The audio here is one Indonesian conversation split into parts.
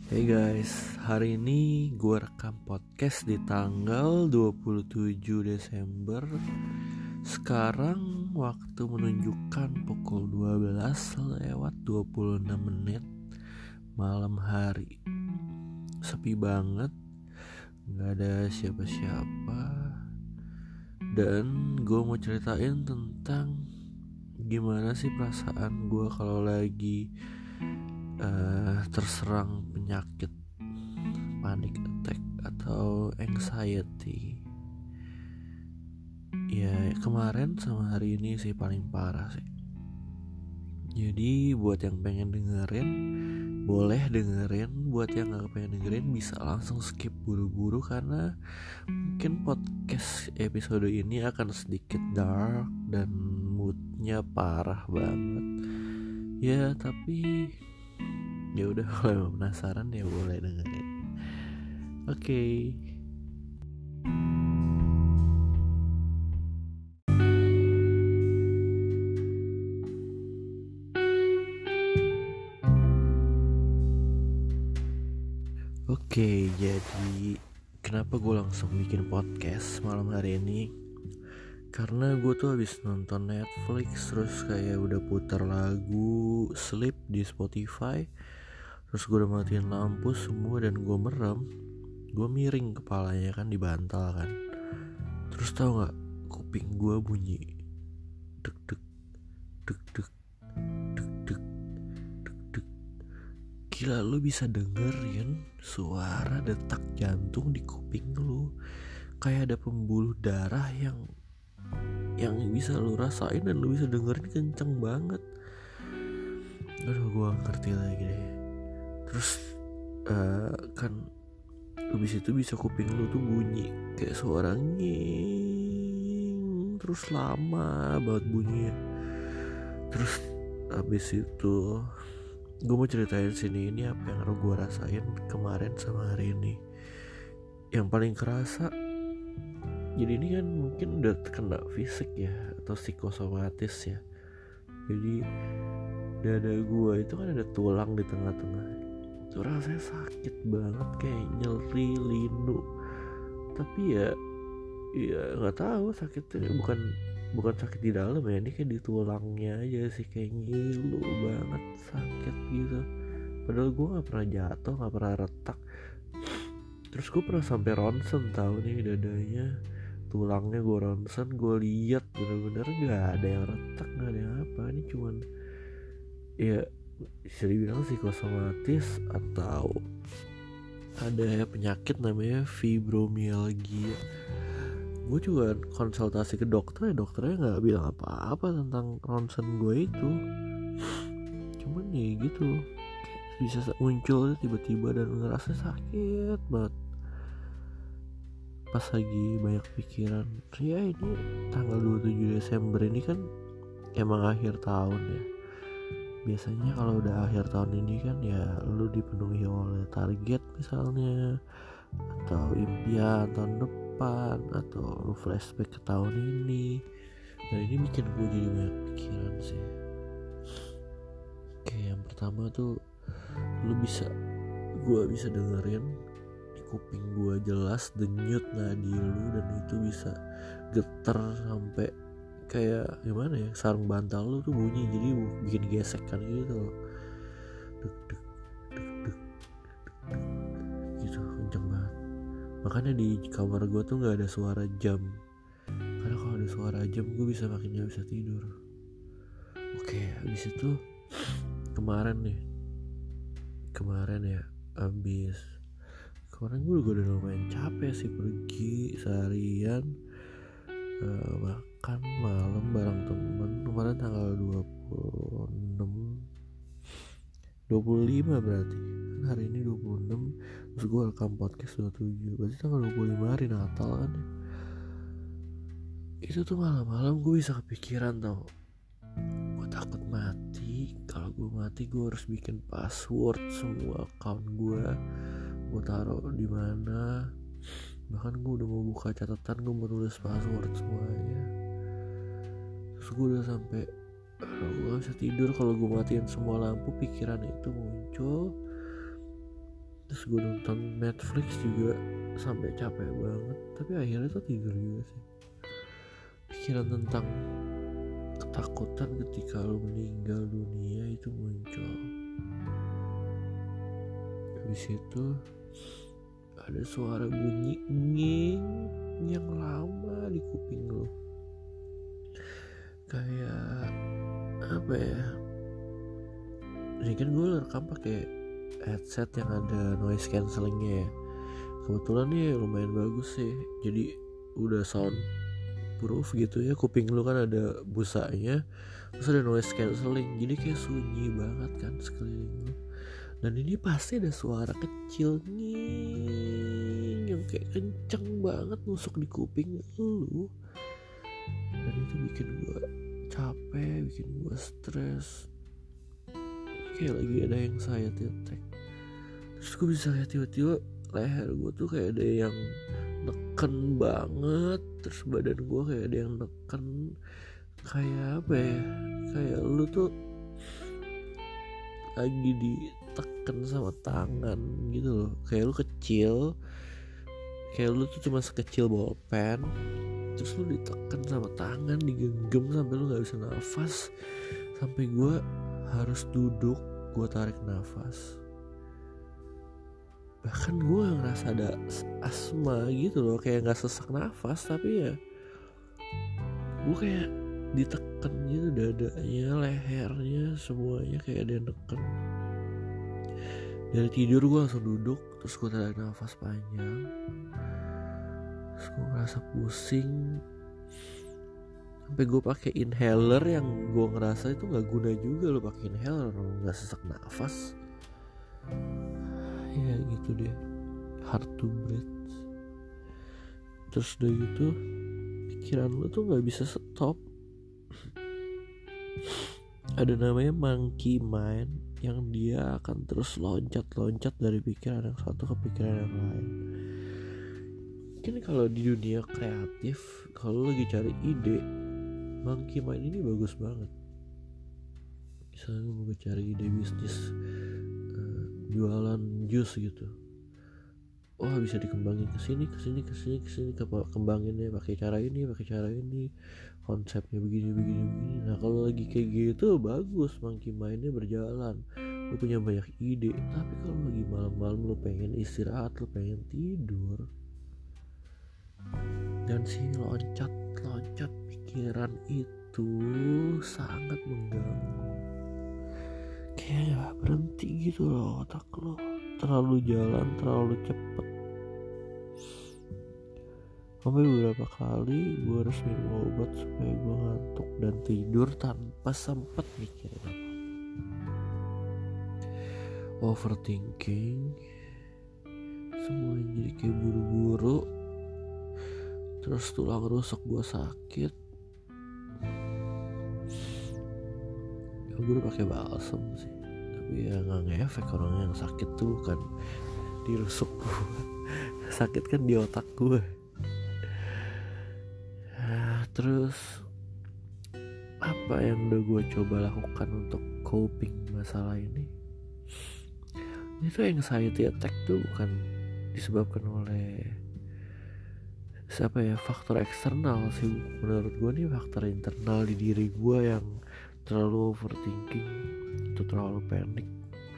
Hey guys, hari ini gue rekam podcast di tanggal 27 Desember. Sekarang waktu menunjukkan pukul 12:26 malam hari. Sepi banget, gak ada siapa-siapa. Dan gue mau ceritain tentang gimana sih perasaan gue kalau lagi terserang penyakit panic attack atau anxiety. Ya kemarin sama hari ini sih paling parah sih. Jadi buat yang pengen dengerin boleh dengerin, buat yang gak pengen dengerin bisa langsung skip buru-buru karena mungkin podcast episode ini akan sedikit dark dan moodnya parah banget. Ya tapi ya udah, kalau penasaran ya boleh dengerin. Oke. Oke, jadi kenapa gue langsung bikin podcast malam hari ini? Karena gue tuh habis nonton Netflix, terus kayak udah putar lagu Sleep di Spotify. Terus gue udah matiin lampu semua dan gue merem. Gue miring kepalanya kan di bantal kan. Terus tau gak, kuping gue bunyi deg deg deg deg deg deg deg deg. Gila, lu bisa dengerin suara detak jantung di kuping lu. Kayak ada pembuluh darah yang bisa lu rasain dan lu bisa dengerin kenceng banget. Aduh, gue gak ngerti lagi deh. Terus kan abis itu bisa kuping lu tuh bunyi kayak suara nging, terus lama banget bunyinya. Terus abis itu gue mau ceritain sini ini apa yang gue rasain kemarin sama hari ini. Yang paling kerasa, jadi ini kan mungkin udah kena fisik ya atau psikosomatis ya. Jadi dada gue itu kan ada tulang di tengah-tengah. Itu rasanya sakit banget, kayak nyeri linu. Tapi ya nggak tahu sakitnya bukan sakit di dalam ya, ini kayak di tulangnya aja sih, kayak ngilu banget sakit gitu. Padahal gue nggak pernah jatuh, nggak pernah retak. Terus gue pernah sampai ronsen tahu nih dadanya, tulangnya gue ronsen, gue lihat bener-bener nggak ada yang retak, nggak ada yang apa. Ini cuman ya bisa dibilang psikosomatis atau ada penyakit namanya fibromialgia. Gue juga konsultasi ke dokter, ya dokternya nggak bilang apa-apa tentang ronsen gue itu. Cuman ya gitu, bisa muncul tiba-tiba dan ngerasa sakit banget pas lagi banyak pikiran. Ya ini tanggal 27 Desember ini kan emang akhir tahun ya. Biasanya kalau udah akhir tahun ini kan ya lu dipenuhi oleh target misalnya, atau impian tahun depan, atau lu flashback ke tahun ini. Dan ini bikin gue jadi banyak pikiran sih. Kayak yang pertama tuh, gue bisa dengerin di kuping gue jelas denyut nadi lu, dan itu bisa getar sampai kayak gimana ya, sarung bantal lu tuh bunyi, jadi bikin gesekan gitu loh, deg deg deg deg deg gitu, kenceng banget. Makanya di kamar gue tuh nggak ada suara jam, karena kalau ada suara jam gue bisa makin nggak bisa tidur. Oke, habis itu kemarin ya, kemarin gue udah lumayan capek sih, pergi seharian, makan malam bareng temen. Kemarin tanggal 25 berarti kan, hari ini 26. Terus gue rekam podcast 27, berarti tanggal 25 hari Natal kan ya. Itu tuh malam-malam gue bisa kepikiran tau, gue takut mati. Kalau gue mati gue harus bikin password semua account gue taruh di mana. Bahkan gue udah mau buka catatan, gue mau tulis password semuanya. Terus gue udah sampai gue gak bisa tidur kalau gue matiin semua lampu. Pikiran itu muncul, Terus gue nonton Netflix juga sampai capek banget, tapi akhirnya tuh tidur juga sih. Pikiran tentang ketakutan ketika lo meninggal dunia itu muncul. Habis itu ada suara bunyi nging yang lama di kuping lo, kayak apa ya, ini kan gue rekam pakai headset yang ada noise cancellingnya ya. Kebetulan nih lumayan bagus sih, jadi udah sound proof gitu ya. Kuping lu kan ada busanya, terus ada noise cancelling, jadi kayak sunyi banget kan sekeliling lu. Dan ini pasti ada suara kecil nging yang kayak kenceng banget nusuk di kuping lu. Dan itu bikin gue capek, bikin gue stres, kayak lagi ada yang saya attack. Terus gue bisa kayak tiba-tiba leher gue tuh kayak ada yang neken banget, terus badan gue kayak ada yang neken, kayak apa ya, kayak lu tuh lagi diteken sama tangan gitu loh. Kayak lu kecil, kayak lu tuh cuma sekecil bolpen, terus lu diteken sama tangan, digenggam sampai lu gak bisa nafas, sampai gue harus duduk, gue tarik nafas. Bahkan gue ngerasa ada asma gitu loh, kayak gak sesak nafas, tapi ya gue kayak diteken gitu, dadanya, lehernya, semuanya kayak ada yang neken. Dari tidur gue langsung duduk, terus gue tarik nafas panjang, terus gue ngerasa pusing, sampai gue pakai inhaler yang gue ngerasa itu nggak guna juga lo pakai inhaler, nggak sesak nafas. Ya gitu deh, hard to breathe. Terus udah gitu pikiran lo tuh nggak bisa stop. Ada namanya monkey mind, yang dia akan terus loncat-loncat dari pikiran yang satu ke pikiran yang lain. Mungkin kalau di dunia kreatif, kalau lagi cari ide, monkey mind ini bagus banget. Misalnya mau cari ide bisnis, jualan jus gitu, wah bisa dikembangin kesini, kembanginnya pakai cara ini, konsepnya begini. Nah kalau lagi kayak gitu bagus, monkey mindnya berjalan, lu punya banyak ide. Tapi kalau lagi malam-malam lu pengen istirahat, lu pengen tidur, dan si loncat pikiran itu sangat mengganggu. Kayak gak berhenti gitu loh otak lo, terlalu jalan, terlalu cepet. Sampai beberapa kali gue harus minum obat supaya gue ngantuk dan tidur tanpa sempet mikirin apa. Overthinking, semuanya jadi kayak buru-buru. Terus tulang rusuk gue sakit. Gue udah pakai balsam sih, tapi ya nggak ngefek. Orang yang sakit tuh bukan di rusuk gue, sakit kan di otak gue. Terus apa yang udah gue coba lakukan untuk coping masalah ini? Itu anxiety attack tuh bukan disebabkan oleh faktor eksternal sih. Menurut gue nih faktor internal di diri gue yang terlalu overthinking, itu terlalu panik.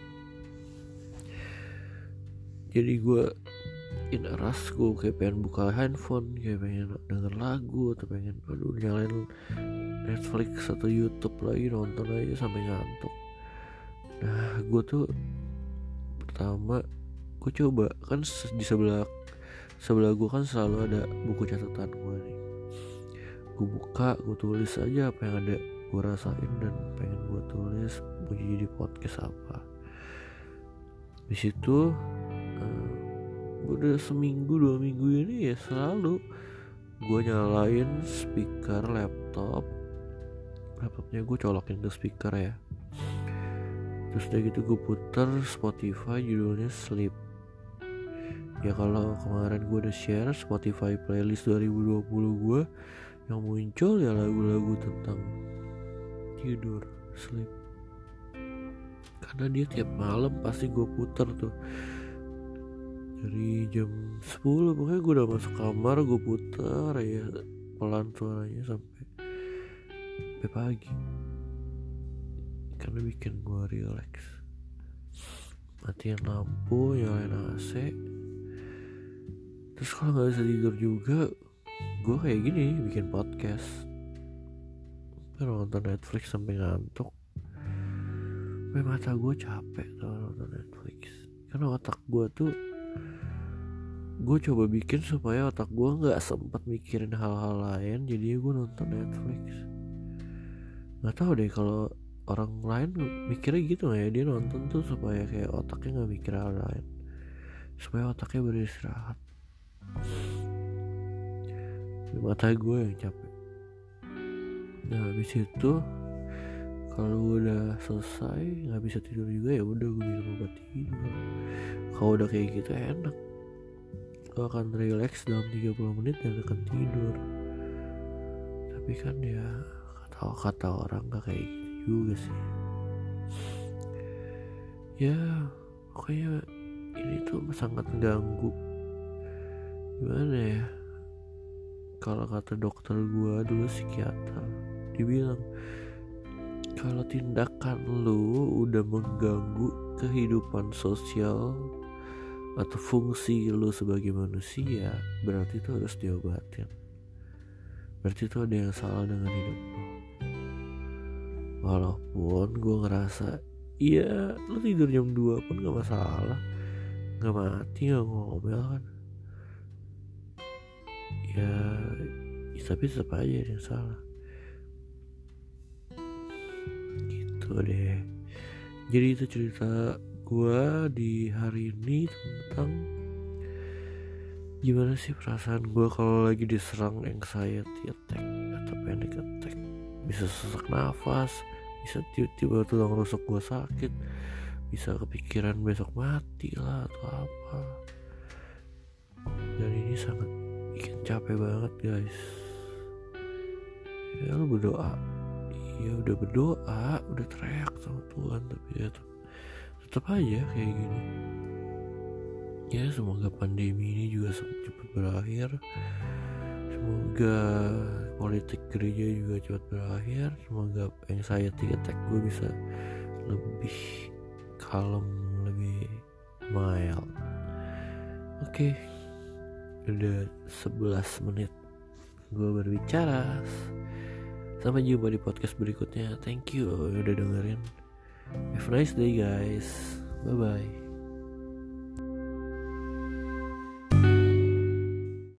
Jadi gue in a rush, gue kayak pengen buka handphone, kayak pengen denger lagu, atau pengen nyalain Netflix atau YouTube lagi, nonton aja sampai ngantuk. Nah gue tuh pertama gue coba, kan di sebelah gue kan selalu ada buku catatan gue nih. Gue buka, gue tulis aja apa yang ada gue rasain dan pengen gue tulis mau jadi podcast apa. Di situ udah seminggu 2 minggu ini ya selalu gue nyalain speaker laptopnya gue colokin ke speaker ya. Terus udah gitu gue puter Spotify judulnya Sleep. Ya kalau kemarin gue udah share Spotify playlist 2020 gue, yang muncul ya lagu-lagu tentang tidur, sleep. Karena dia tiap malam pasti gue puter tuh. Dari jam 10 pokoknya gue udah masuk kamar, gue putar ya pelan suaranya sampai pagi, karena bikin gue relax. Matiin lampu, nyalain AC. Terus kalau nggak bisa tidur juga, gue kayak gini bikin podcast, kan nonton Netflix sampai ngantuk. Sampai mata gue capek tuh nonton Netflix. Karena otak gue tuh, gue coba bikin supaya otak gue nggak sempat mikirin hal-hal lain, jadi gue nonton Netflix. Nggak tahu deh kalau orang lain mikirnya gitu nggak ya, dia nonton tuh supaya kayak otaknya nggak mikir hal lain, supaya otaknya beristirahat. Mata gue yang capek. Nah habis itu kalau udah selesai nggak bisa tidur juga, ya udah gue minum obat tidur. Kalau udah kayak gitu enak, lo akan relax dalam 30 menit dan akan tidur. Tapi kan ya kata orang gak kayak gitu juga sih. Ya pokoknya ini tuh sangat mengganggu. Gimana ya, kalau kata dokter gue dulu, psikiater, dibilang kalau tindakan lu udah mengganggu kehidupan sosial atau fungsi lu sebagai manusia, berarti itu harus diobatin. Berarti itu ada yang salah dengan hidup lu. Walaupun gue ngerasa iya, lu tidur jam 2 pun gak masalah, gak mati, gak ngomel kan. Ya tapi tetap aja ada yang salah. Gitu deh. Jadi itu cerita gue di hari ini tentang gimana sih perasaan gue kalau lagi diserang anxiety attack atau panic attack. Bisa sesak nafas, bisa tiba-tiba tulang rusuk gue sakit, bisa kepikiran besok mati lah atau apa. Dan ini sangat bikin capek banget guys. Ya lu berdoa, iya udah berdoa, udah teriak sama Tuhan, tapi ya tetap aja kayak gini. Ya semoga pandemi ini juga cepat berakhir. Semoga politik gereja juga cepat berakhir. Semoga anxiety attack gue bisa lebih kalem, lebih mild. Oke, udah 11 menit gue berbicara. Sampai jumpa di podcast berikutnya. Thank you udah dengerin. Have a nice day guys. Bye bye.